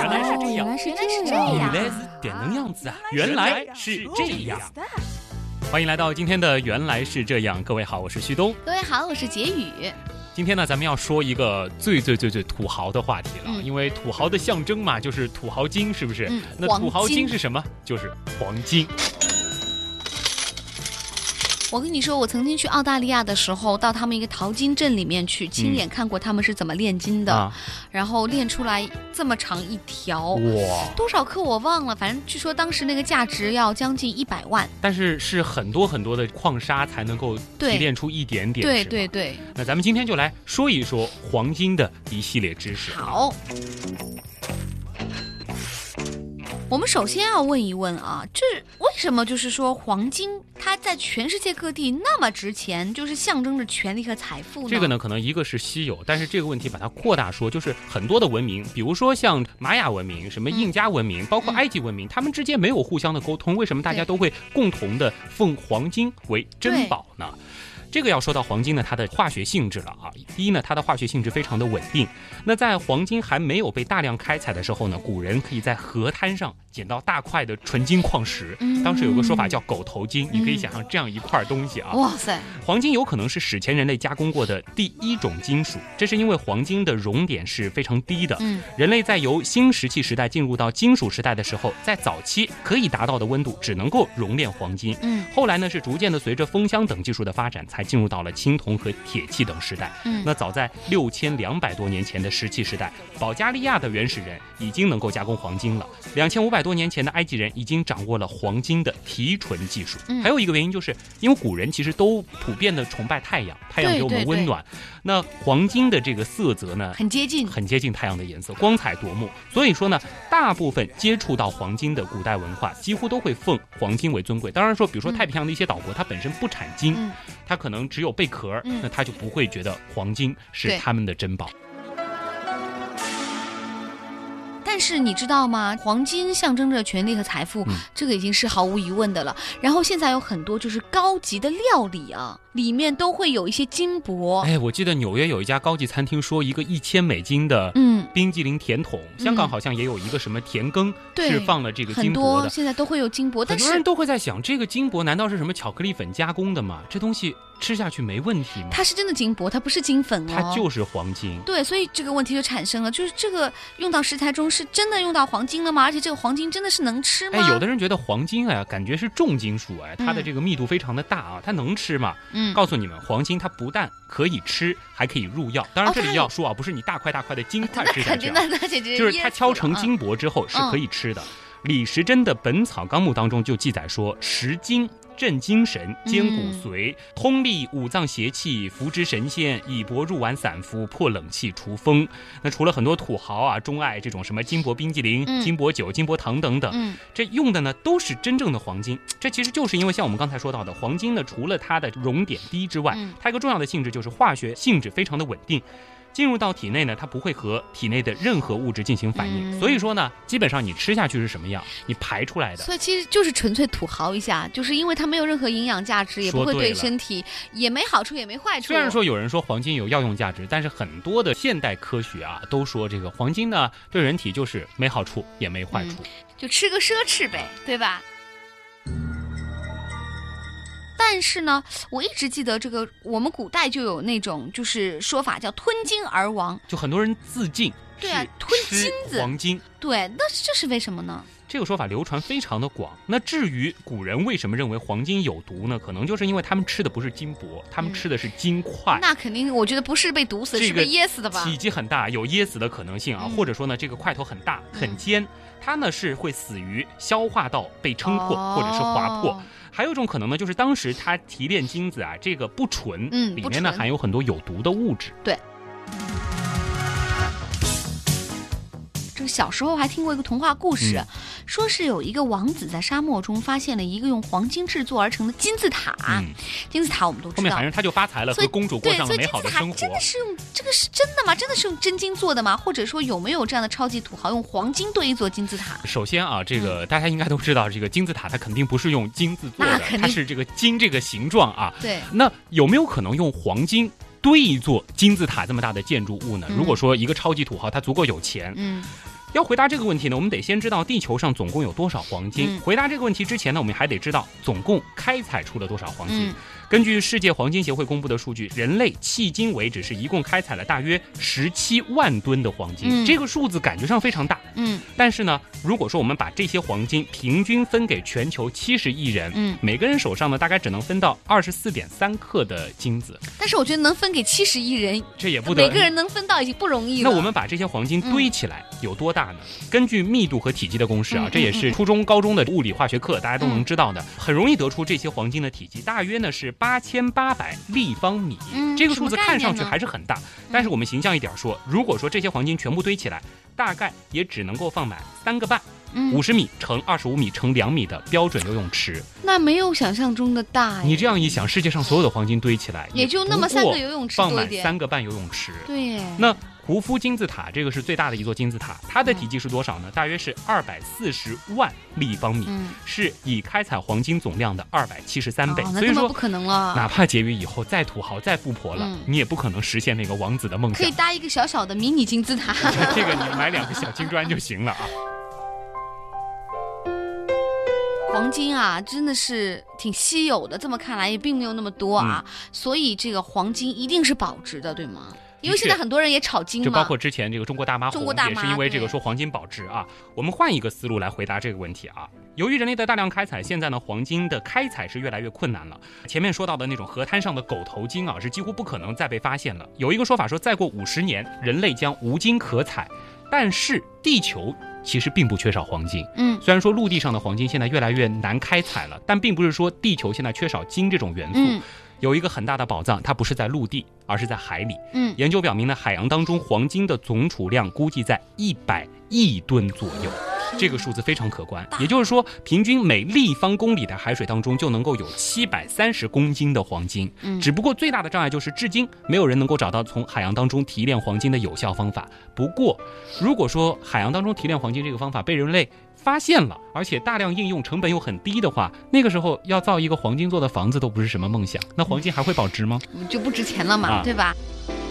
来是这样， 原来是这样， 原来是这能样子啊，原来是这样。欢迎来到今天的原来是这样，各位好，我是旭东。 各位好，我是杰宇。 今天呢，咱们要说一个最土豪的话题了，因为土豪的象征嘛，就是土豪金，是不是？那土豪金是什么？就是黄金。 我跟你说，我曾经去澳大利亚的时候，到他们一个淘金镇里面去，亲眼看过他们是怎么炼金的，然后炼出来这么长一条，哇，多少克我忘了，反正据说当时那个价值要将近100万， 但是是很多的矿砂才能够提炼出一点点。 对。 那咱们今天就来说一说黄金的一系列知识。 好。我们首先要问一问啊，这为什么就是说黄金它在全世界各地那么值钱，就是象征着权力和财富呢？ 这个呢，可能一个是稀有，但是这个问题把它扩大说，就是很多的文明，比如说像玛雅文明、什么印加文明，包括埃及文明，他们之间没有互相的沟通，为什么大家都会共同的奉黄金为珍宝呢？这个要说到黄金呢，它的化学性质了啊。第一呢，它的化学性质非常的稳定。那在黄金还没有被大量开采的时候呢，古人可以在河滩上捡到大块的纯金矿石。当时有个说法叫狗头金，你可以想象这样一块东西啊。 哇塞！ 黄金有可能是史前人类加工过的第一种金属，这是因为黄金的熔点是非常低的。人类在由新石器时代进入到金属时代的时候，在早期可以达到的温度只能够熔炼黄金。后来呢，是逐渐的随着风箱等技术的发展，才进入到了青铜和铁器等时代。那早在6200多年前的石器时代，保加利亚的原始人已经能够加工黄金了。2500多年前的埃及人已经掌握了黄金的提纯技术。还有一个原因就是因为古人其实都普遍的崇拜太阳，太阳给我们温暖。那黄金的这个色泽呢，很接近太阳的颜色，光彩夺目。所以说呢，大部分接触到黄金的古代文化几乎都会奉黄金为尊贵。当然说，比如说太平洋的一些岛国，它本身不产金，它可能只有贝壳，那它就不会觉得黄金是他们的珍宝。 但是你知道吗？黄金象征着权力和财富，这个已经是毫无疑问的了。然后现在有很多就是高级的料理啊，里面都会有一些金箔。 我记得纽约有一家高级餐厅说一个$1000的冰激凌甜筒，香港好像也有一个什么甜羹是放了这个金箔的。 很多现在都会有金箔，但是很多人都会在想，这个金箔难道是什么巧克力粉加工的吗？这东西吃下去没问题吗？ 它是真的金箔，它不是金粉哦， 它就是黄金。对， 所以这个问题就产生了，就是这个用到食材中是真的用到黄金了吗？而且这个黄金真的是能吃吗？ 有的人觉得黄金感觉是重金属它的这个密度非常的大啊，它能吃吗？告诉你们，黄金它不但可以吃，还可以入药。当然这里要说不是你大块的金块吃下去就是它敲成金箔之后是可以吃的。李时珍的《本草纲目》当中就记载说，食金镇精神，坚骨髓，通利五脏邪气，扶植神仙，以薄入丸散服，破冷气除风。那除了很多土豪啊钟爱这种什么金箔冰激凌、金箔酒、金箔糖等等，这用的呢都是真正的黄金。这其实就是因为像我们刚才说到的，黄金呢除了它的熔点低之外，它一个重要的性质就是化学性质非常的稳定。进入到体内呢，它不会和体内的任何物质进行反应，所以说呢，基本上你吃下去是什么样，你排出来的。 所以其实就是纯粹土豪一下，就是因为它没有任何营养价值，也不会对身体也没好处也没坏处。 虽然说有人说黄金有药用价值，但是很多的现代科学都说这个黄金呢对人体就是没好处也没坏处， 就吃个奢侈呗，对吧？但是呢，我一直记得这个，我们古代就有那种就是说法叫吞金而亡， 就很多人自尽， 对啊，吞金子黄金， 对，那这是为什么呢？ 这个说法流传非常的广。那至于古人为什么认为黄金有毒呢？可能就是因为他们吃的不是金箔，他们吃的是金块。 那肯定，我觉得不是被毒死，是被噎死的吧？ 体积很大，有噎死的可能性或者说呢，这个块头很大很尖，它呢是会死于消化道被撑破或者是划破。还有一种可能呢，就是当时它提炼金子这个不纯，里面呢含有很多有毒的物质。 对。这个小时候还听过一个童话故事，说是有一个王子在沙漠中发现了一个用黄金制作而成的金字塔。金字塔我们都知道， 后面反正他就发财了，和公主过上了美好的生活。 真的是用这个是真的吗？真的是用真金做的吗？或者说有没有这样的超级土豪用黄金堆一座金字塔？ 首先这个大家应该都知道，这个金字塔它肯定不是用金子做的，它是这个金这个形状对， 那有没有可能用黄金堆一座金字塔这么大的建筑物呢？如果说一个超级土豪他足够有钱， 要回答这个问题呢，我们得先知道地球上总共有多少黄金。回答这个问题之前呢，我们还得知道总共开采出了多少黄金。根据世界黄金协会公布的数据，人类迄今为止是一共开采了大约17万吨的黄金。这个数字感觉上非常大。但是呢，如果说我们把这些黄金平均分给全球70亿人，每个人手上呢大概只能分到24.3克的金子。 但是我觉得能分给70亿人， 这也不得， 每个人能分到已经不容易了。 那我们把这些黄金堆起来有多大呢？根据密度和体积的公式啊，这也是初中高中的物理化学课大家都能知道的，很容易得出这些黄金的体积大约呢是8800立方米。这个数字看上去还是很大，但是我们形象一点说，如果说这些黄金全部堆起来，大概也只能够放满3个半，50米乘25米乘2米的标准游泳池。那没有想象中的大。 你这样一想，世界上所有的黄金堆起来， 也就那么3个游泳池多一点， 放满3个半游泳池。 对。 那胡夫金字塔这个是最大的一座金字塔，它的体积是多少呢？大约是240万立方米，是已开采黄金总量的273倍。所以说不可能了。 哪怕结余以后再土豪再富婆了，你也不可能实现那个王子的梦想。 可以搭一个小小的迷你金字塔。 这个你买2个小金砖就行了啊。 黄金啊，真的是挺稀有的，这么看来也并没有那么多啊，所以这个黄金一定是保值的，对吗？因为现在很多人也炒金嘛， 就包括之前这个中国大妈红，也是因为这个说黄金保值啊。我们换一个思路来回答这个问题啊。由于人类的大量开采，现在呢黄金的开采是越来越困难了。前面说到的那种河滩上的狗头金啊，是几乎不可能再被发现了。有一个说法说，再过50年，人类将无金可采。但是地球其实并不缺少黄金，虽然说陆地上的黄金现在越来越难开采了，但并不是说地球现在缺少金这种元素。有一个很大的宝藏，它不是在陆地，而是在海里。研究表明呢，海洋当中黄金的总储量估计在100亿吨左右。这个数字非常可观，也就是说，平均每立方公里的海水当中就能够有730公斤的黄金。只不过最大的障碍就是，至今没有人能够找到从海洋当中提炼黄金的有效方法。不过，如果说海洋当中提炼黄金这个方法被人类发现了，而且大量应用，成本又很低的话，那个时候要造一个黄金做的房子都不是什么梦想。那黄金还会保值吗？ 就不值钱了嘛，对吧？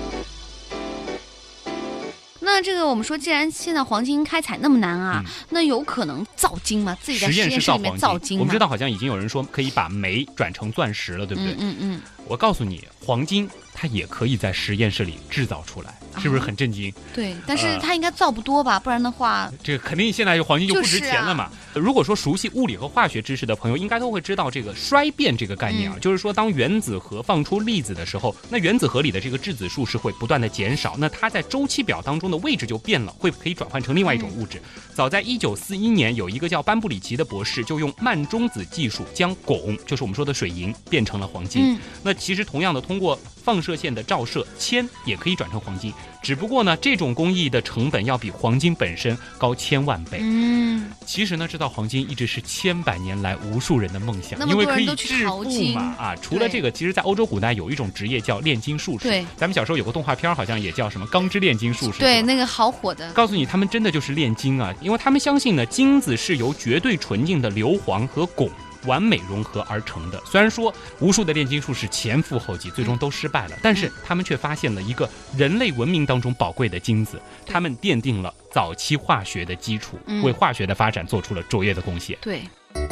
那这个我们说，既然现在黄金开采那么难啊，那有可能造金吗？自己在实验室里面造金吗？ 我们知道好像已经有人说可以把煤转成钻石了，对不对？我告诉你，黄金它也可以在实验室里制造出来，是不是很震惊？ 对，但是它应该造不多吧，不然的话， 这个肯定现在黄金就不值钱了嘛。如果说熟悉物理和化学知识的朋友，应该都会知道这个衰变这个概念啊，就是说当原子核放出粒子的时候，那原子核里的这个质子数是会不断的减少，那它在周期表当中的位置就变了，可以转换成另外一种物质。早在1941年，有一个叫班布里奇的博士就用慢中子技术将汞，就是我们说的水银，变成了黄金。那其实同样的，通过放射线的照射，铅也可以转成黄金，只不过呢，这种工艺的成本要比黄金本身高1000万倍。其实呢，制造黄金一直是千百年来无数人的梦想，因为可以致富嘛。除了这个，其实在欧洲古代有一种职业叫炼金术士。对，咱们小时候有个动画片，好像也叫什么《钢之炼金术士》。 对，那个好火的。 告诉你，他们真的就是炼金啊，因为他们相信呢，金子是由绝对纯净的硫磺和汞完美融合而成的。虽然说无数的炼金术士前赴后继，最终都失败了，但是他们却发现了一个人类文明当中宝贵的金子，他们奠定了早期化学的基础，为化学的发展做出了卓越的贡献。 对。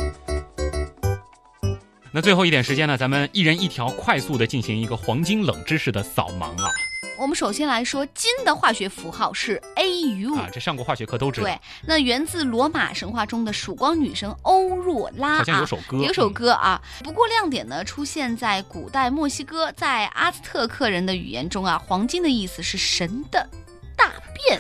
那最后一点时间呢，咱们一人一条，快速的进行一个黄金冷知识的扫盲啊。 我们首先来说，金的化学符号是 AU 啊，这上过化学课都知道。 对，那源自罗马神话中的曙光女神欧若拉， 好像有首歌， 有首歌啊。不过亮点呢出现在古代墨西哥，在阿兹特克人的语言中啊，黄金的意思是神的大便。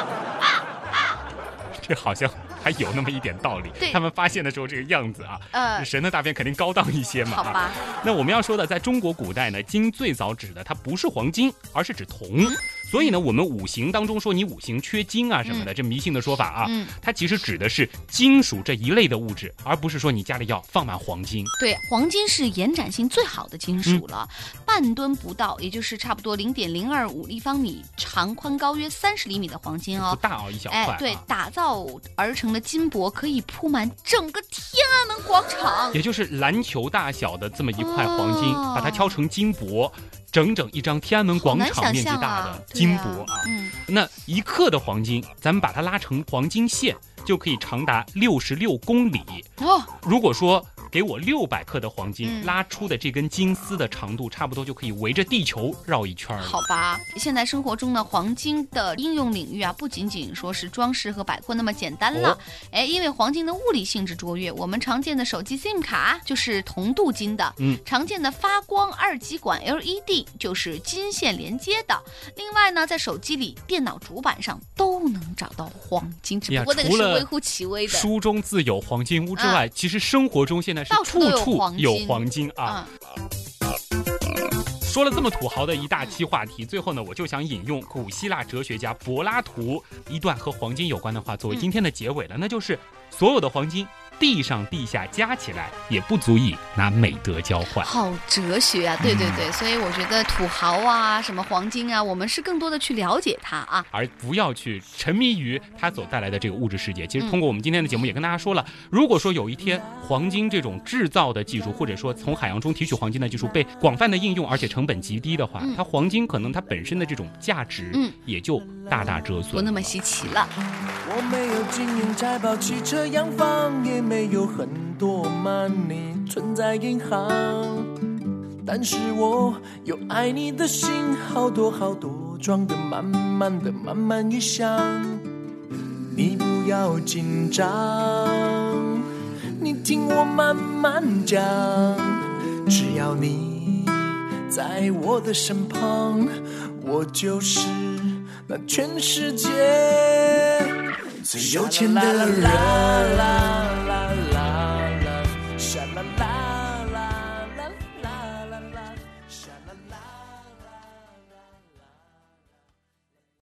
这好像还有那么一点道理。他们发现的时候这个样子啊，神的大便肯定高档一些嘛。 好吧。 那我们要说的，在中国古代呢，金最早指的它不是黄金，而是指铜。所以呢，我们五行当中说你五行缺金啊什么的，这迷信的说法啊，它其实指的是金属这一类的物质，而不是说你家里要放满黄金。 对，黄金是延展性最好的金属了， 半吨不到，也就是差不多0.025立方米，长宽高约30厘米的黄金哦， 不大哦，一小块。 对，打造而成的金箔可以铺满整个天安门广场， 也就是篮球大小的这么一块黄金，把它敲成金箔，整整一张天安门广场面积大的金箔啊。那1克的黄金，咱们把它拉成黄金线，就可以长达66公里。如果说给我600克的黄金，拉出的这根金丝的长度，差不多就可以围着地球绕一圈了。 好吧，现在生活中呢，黄金的应用领域啊，不仅仅说是装饰和摆阔那么简单了。因为黄金的物理性质卓越，我们常见的手机 SIM 卡就是铜镀金的，常见的发光2极管 LED 就是金线连接的。另外呢，在手机里、电脑主板上都能找到黄金，只不过那个是微乎其微的。 书中自有黄金屋之外，其实生活中现在是处处有黄金啊。说了这么土豪的一大期话题，最后呢，我就想引用古希腊哲学家柏拉图一段和黄金有关的话，作为今天的结尾了，那就是所有的黄金地上地下加起来也不足以拿美德交换。 好哲学啊，对对对，所以我觉得土豪啊，什么黄金啊，我们是更多的去了解它啊， 而不要去沉迷于它所带来的这个物质世界。其实通过我们今天的节目也跟大家说了，如果说有一天黄金这种制造的技术，或者说从海洋中提取黄金的技术被广泛的应用，而且成本极低的话，它黄金可能它本身的这种价值也就大大折损， 不那么稀奇了。 我没有经营财宝、汽车、洋房，也没有很多 money 存在银行，但是我有爱你的心，好多好多，装得满满的，满满一箱。你不要紧张，你听我慢慢讲，只要你在我的身旁，我就是那全世界最有钱的人。